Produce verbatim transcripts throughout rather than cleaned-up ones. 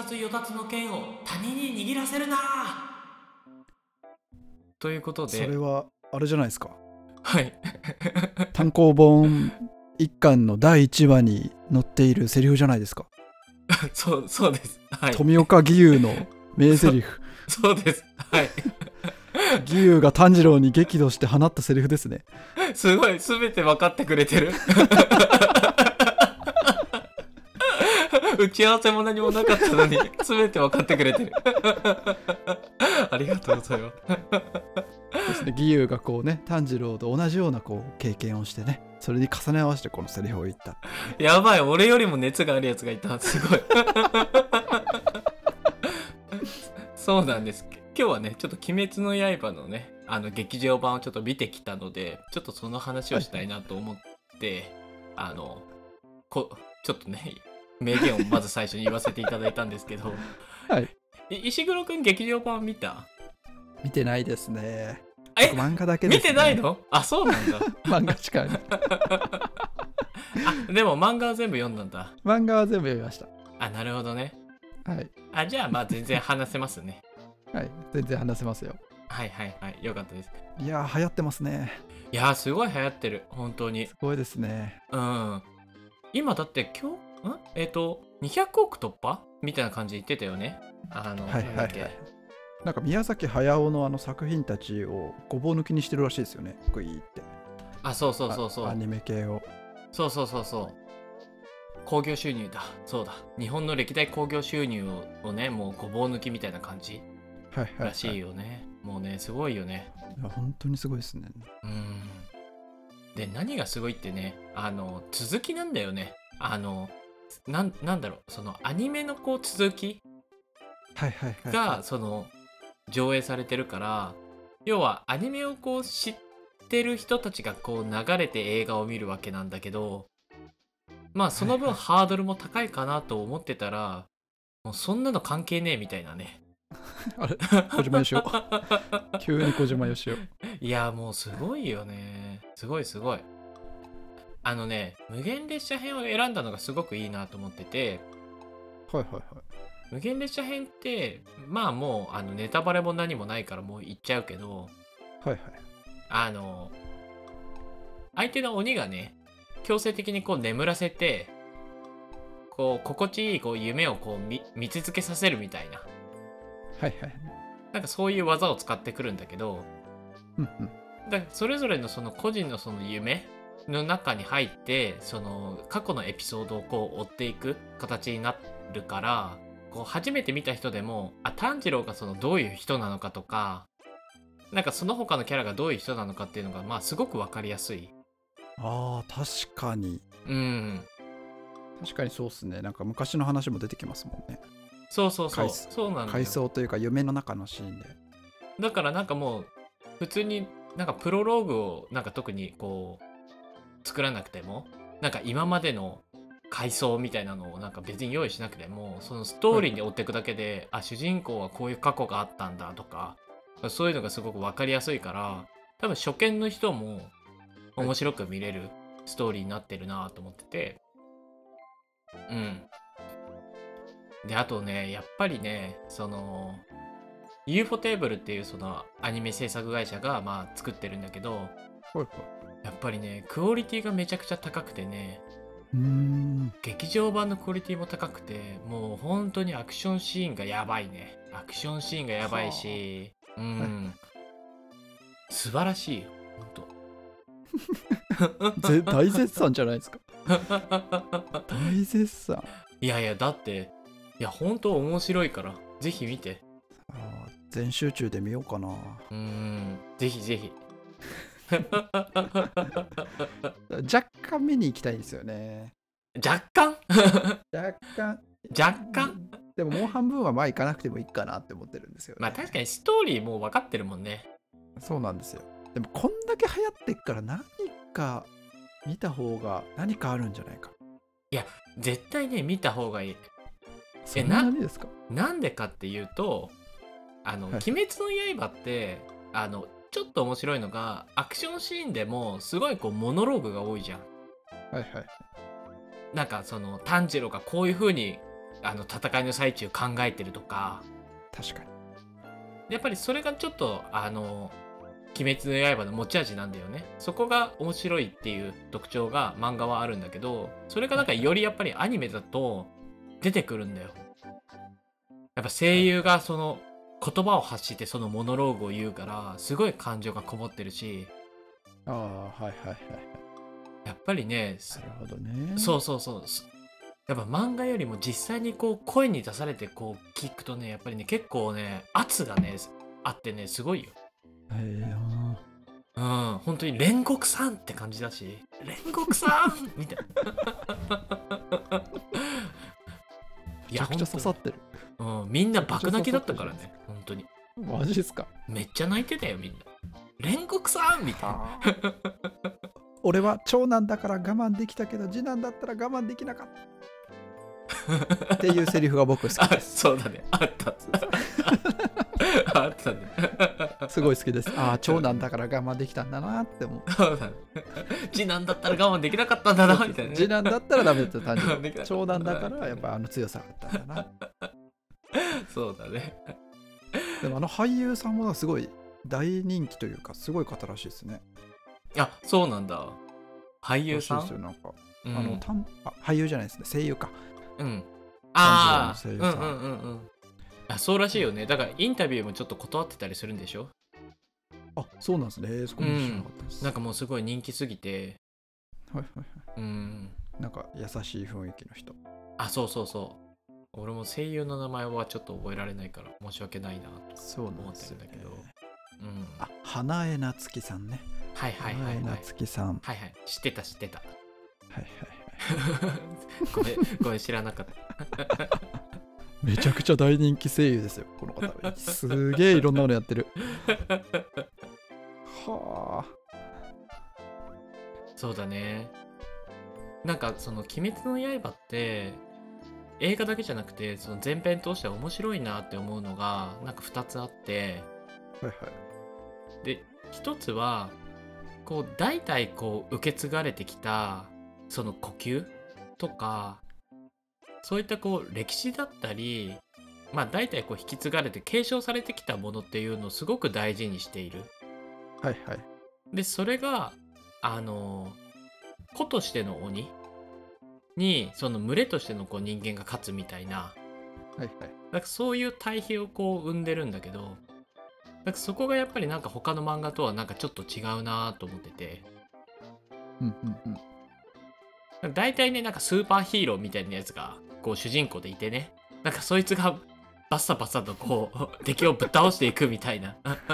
つよだつの剣を他人に握らせるな。ということで、 それはあれじゃないですか。 はい単行本一巻のだいいちわに載っているセリフじゃないですか。 そうそうです。はい。 富岡義勇の名セリフ。 そ, そうです。はい。 義勇が炭治郎に激怒して放ったセリフですね。 すごい、すべて分かってくれてる。打ち合わせも何もなかったのに、すべて分かってくれてる。ありがとうございます。 ですね、義勇がこうね、炭治郎と同じようなこう経験をしてね、それに重ね合わせてこのセリフを言った。 やばい、俺よりも熱があるやつがいた。すごい。そうなんです。今日はね、ちょっと鬼滅の刃のね、あの劇場版をちょっと見てきたので、ちょっとその話をしたいなと思って、はい、あのこちょっとね、名言をまず最初に言わせていただいたんですけど、 はい。 石黒くん劇場版見た？ 見てないですね。 え、 漫画だけですね。 見てないの？あ、そうなんだ。 漫画しか見あ、でも漫画は全部読んだんだ。 漫画は全部読みました。 あ、なるほどね。 はい。 あ、じゃあまあ全然話せますね。 はい、全然話せますよ。 はいはいはい、よかったです。 いやー、流行ってますね。 いやー、すごい流行ってる、本当に。 すごいですね。 うん。今だって今日、んえっと、にひゃくおく突破みたいな感じで言ってたよね。あの、 はいはいはい。なんか宮崎駿のあの作品たちをごぼう抜きにしてるらしいですよね。グイーって。 あ、そうそうそうそう。 アニメ系を。 そうそうそうそう。興行収入だ。そうだ。日本の歴代興行収入をね、もうごぼう抜きみたいな感じはいはいはい、 らしいよね。もうね、すごいよね。 いや本当にすごいですね。 うん。で、何がすごいってね、あの、続きなんだよね。あの、なん、なんだろう、そのアニメのこう続きはいはいはい、 が、その、上映されてるから、要はアニメをこう知ってる人たちがこう流れて映画を見るわけなんだけど、まあその分はいはい、 ハードルも高いかなと思ってたら、もうそんなの関係ねえみたいなね。 あれ小島よしお急に小島よしお。 いやもうすごいよね。すごいすごい。あのね、無限列車編を選んだのがすごくいいなと思ってて、 はいはいはい。 無限列車編ってまあもうあのネタバレも何もないからもう言っちゃうけど、 はいはい。 あの相手の鬼がね、強制的にこう眠らせて、こう心地いいこう夢をこう 見, 見続けさせるみたいな、 はいはい。 なんかそういう技を使ってくるんだけど、 うんうん。 だからそれぞれのその個人のその夢の中に入って、その過去のエピソードをこう追っていく形になるから、こう初めて見た人でも、あ、炭治郎がそのどういう人なのかとか、なんかその他のキャラがどういう人なのかっていうのがまあすごくわかりやすい。 ああ、確かに。 うん。 確かにそうっすね。なんか昔の話も出てきますもんね。 そうそうそう。 回そうなんだよ。 回想というか夢の中のシーンで。 だからなんかもう普通になんかプロローグをなんか特にこう作らなくても、なんか今までの回想みたいなのをなんか別に用意しなくても、そのストーリーに追っていくだけで、あ、主人公はこういう過去があったんだとか、そういうのがすごく分かりやすいから、多分初見の人も面白く見れるストーリーになってるなと思ってて、うん。で、あとね、やっぱりね、その ユーフォ テーブルっていうそのアニメ制作会社がまあ作ってるんだけど、 はいはい。 やっぱりね、クオリティがめちゃくちゃ高くてね、 うーん。 劇場版のクオリティも高くて、もう本当にアクションシーンがやばいね。アクションシーンがやばいし、うん、素晴らしいよ、本当。 ぜ大絶賛じゃないですか。大絶賛。 いやいや、だって、いや、本当面白いから、ぜひ見て。 あー全集中で見ようかな。 うん、ぜひぜひ。 若干見に行きたいですよね。 若干若干。 若干でももう半分はまあ行かなくてもいいかなって思ってるんですよね。 まあ確かにストーリーもう分かってるもんね。 そうなんですよ。でもこんだけ流行ってっから何か見た方が何かあるんじゃないか。 いや、絶対ね、見た方がいい。 そんなにですか？ なんでかっていうと、あの、 はい、 鬼滅の刃って、あの、ちょっと面白いのが、アクションシーンでもすごいこうモノローグが多いじゃん。 はいはい。 なんかその炭治郎がこういう風にあの戦いの最中考えてるとか、 確かに。 やっぱりそれがちょっとあの鬼滅の刃の持ち味なんだよね。そこが面白いっていう特徴が漫画はあるんだけど、それがなんかよりやっぱりアニメだと出てくるんだよ。やっぱ声優がその言葉を発してそのモノローグを言うからすごい感情がこもってるし、 ああ、はいはいはい。 やっぱりね、 なるほどね。 そうそうそう、やっぱ漫画よりも実際にこう声に出されてこう聞くとね、やっぱりね結構ね圧がねあってね、すごいよ。 へえ。 うん、本当に煉獄さんって感じだし、煉獄さんみたいな。 めちゃくちゃ刺さってる。 うん、みんな爆泣きだったからね、本当に。 マジですか。 めっちゃ泣いてたよみんな。煉獄さんみたいな。 俺は長男だから我慢できたけど次男だったら我慢できなかったっていうセリフが僕好きです。 そうだね、あったあったね。 すごい好きです。ああ、長男だから我慢できたんだなって思う。 そうだね。次男だったら我慢できなかったんだなみたいな、ね、 次男だったらダメだった単純に長男だからやっぱあの強さがあったんだな。 そうだね。 でもあの俳優さんもすごい大人気というかすごい方らしいですね。 あ、そうなんだ。俳優さんですよ、なんか、 うん、 あのたんあ俳優じゃないですね、声優か。 うん。ああ、うんうんうんうんうん。あ、そうらしいよね。だからインタビューもちょっと断ってたりするんでしょ。 あ、そうなんですね。そこも知らなかったです、 うん。なんかもうすごい人気すぎて。 はいはいはい。 うん。 なんか優しい雰囲気の人。 あ、そうそうそう。俺も声優の名前はちょっと覚えられないから申し訳ないなと思ってるんだけど。う、ね、うん。 あ、花江夏樹さんね。 はいはいはいはい。 花江夏樹さん。 はいはい。知ってた知ってた。 はいはいはい。 ごめんごめん知らなかった。 めちゃくちゃ大人気声優ですよ、この方。すげえいろんなものやってる。はあ。 そうだね。なんかその「鬼滅の刃」って映画だけじゃなくてその前編通して面白いなって思うのがなんかふたつあって、 はいはい。 でひとつはこう代々こう受け継がれてきたその呼吸とかそういったこう歴史だったり、まあ代々こう引き継がれて継承されてきたものっていうのをすごく大事にしている。 はいはい。 でそれがあの子としての鬼にその群れとしてのこう人間が勝つみたいな、 はいはい。 なんかそういう対比をこう生んでるんだけど、なんかそこがやっぱりなんか他の漫画とはなんかちょっと違うなと思ってて、 うんうんうん。 大体ねなんかスーパーヒーローみたいなやつがこう主人公でいてね、なんかそいつがバッサバサとこう敵をぶっ倒していくみたいな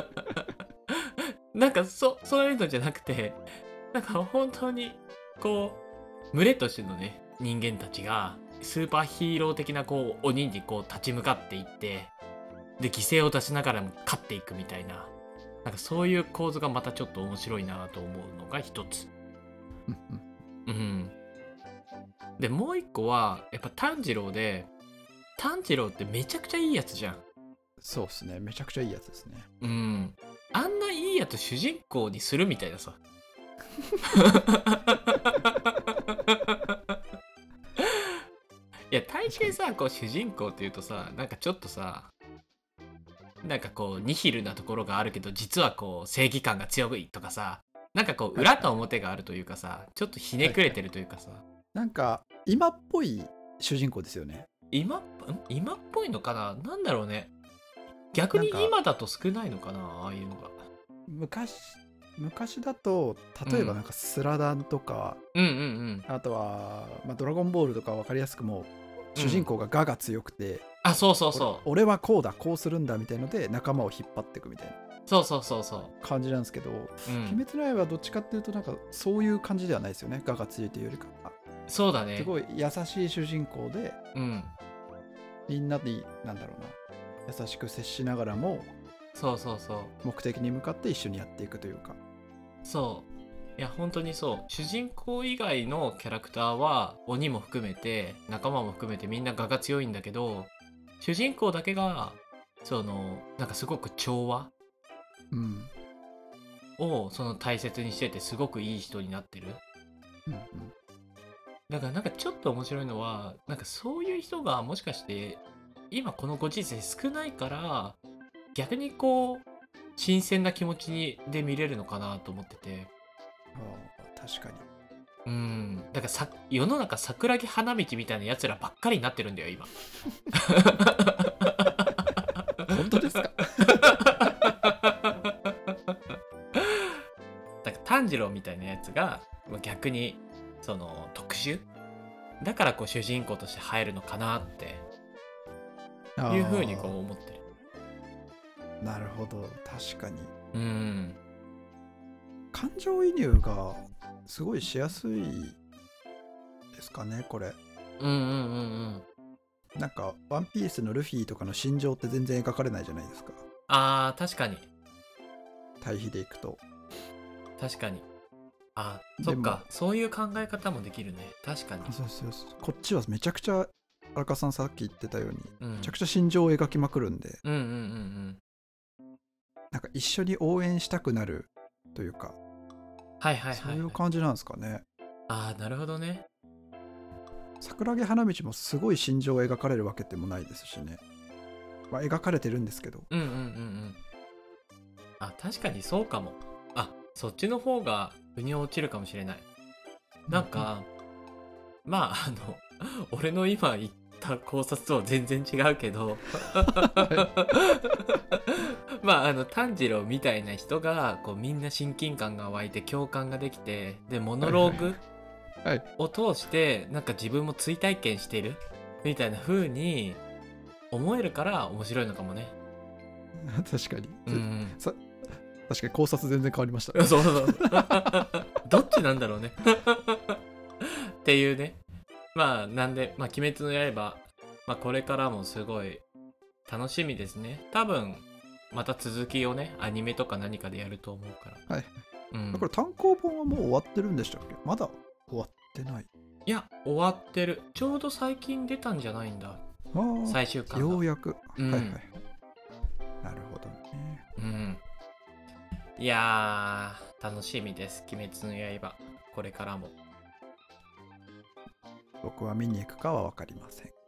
なんかそそういうのじゃなくて、なんか本当にこう群れとしてのね人間たちがスーパーヒーロー的なこう鬼にこう立ち向かっていって、で犠牲を出しながらも勝っていくみたいな、なんかそういう構図がまたちょっと面白いなと思うのが一つ。うん。でもう一個はやっぱ炭治郎で、炭治郎ってめちゃくちゃいいやつじゃん。 そうっすね、めちゃくちゃいいやつですね。 うん。あんないいやつ主人公にするみたいなさ。いや大抵さこう主人公っていうとさ、なんかちょっとさなんかこうニヒルなところがあるけど実はこう正義感が強いとかさ、なんかこう裏と表があるというかさ、ちょっとひねくれてるというかさ、 なんか今っぽい主人公ですよね。 今ん今っぽいのかな、なんだろうね。逆に今だと少ないのかな、ああいうのが。 昔昔だと例えばなんかスラダンとか、 うんうんうんあとは、まあ、ドラゴンボールとか分かりやすくもう主人公が我が強くて、 あ、そうそうそう、 俺はこうだこうするんだみたいので仲間を引っ張っていくみたいなそうそうそうそう、 感じなんですけど、 うん鬼滅の刃はどっちかっていうとなんかそういう感じではないですよね。我が強いというよりかはそうだね、 すごい優しい主人公で、 うん、 みんなになんだろうな、優しく接しながらもそうそうそう、 目的に向かって一緒にやっていくというか。 そういや本当にそう、主人公以外のキャラクターは鬼も含めて仲間も含めてみんな我が強いんだけど、主人公だけがそのなんかすごく調和うんをその大切にしててすごくいい人になってる。 うんうん。 だからなんかちょっと面白いのは、なんかそういう人がもしかして今このご時世少ないから、逆にこう新鮮な気持ちにで見れるのかなと思ってて。 ああ、確かに。 うん。だからさ世の中桜木花道みたいなやつらばっかりになってるんだよ今。 本当ですか？ だから炭治郎みたいなやつがもう逆にその特殊だからこう主人公として入るのかなっていうふうにこう思ってる。 なるほど、確かに。 うん。 感情移入がすごいしやすいですかね、これ。 うんうんうんうん。 なんか、ワンピースのルフィとかの心情って全然描かれないじゃないですか。 あー確かに対比でいくと。 確かに。あでもそっか、そういう考え方もできるね。確かに。 そうそうそう。こっちはめちゃくちゃ、荒川さんさっき言ってたように、 うんめちゃくちゃ心情を描きまくるんで、 うんうんうんなんか一緒に応援したくなるというか、 はいはいそうはい、はい、 いう感じなんですかね。 ああなるほどね。 桜木花道もすごい心情を描かれるわけでもないですしね。まあ、描かれてるんですけど。 うんうんうんうんあ確かにそうかも。あそっちの方が腑に落ちるかもしれない。なんか、まああの俺の今言った考察とは全然違うけどまああの炭治郎みたいな人がこうみんな親近感が湧いて共感ができて、でモノローグはいを通してなんか自分も追体験してるみたいな風に思えるから面白いのかもね。 確かに、 うんさ確かに考察全然変わりました。 そうそうどっちなんだろうねっていうね。まあなんで、まあ、鬼滅の刃、まあ、これからもすごい楽しみですね。多分また続きをねアニメとか何かでやると思うから。 はい、 うん、 これ単行本はもう終わってるんでしたっけ？まだ終わってない。 いや終わってる。ちょうど最近出たんじゃないんだ、 ああ、 最終巻が。 ようやく、 うんはいはい。なるほどね。 うん。いやー楽しみです。鬼滅の刃これからも。 僕は見に行くかは分かりません。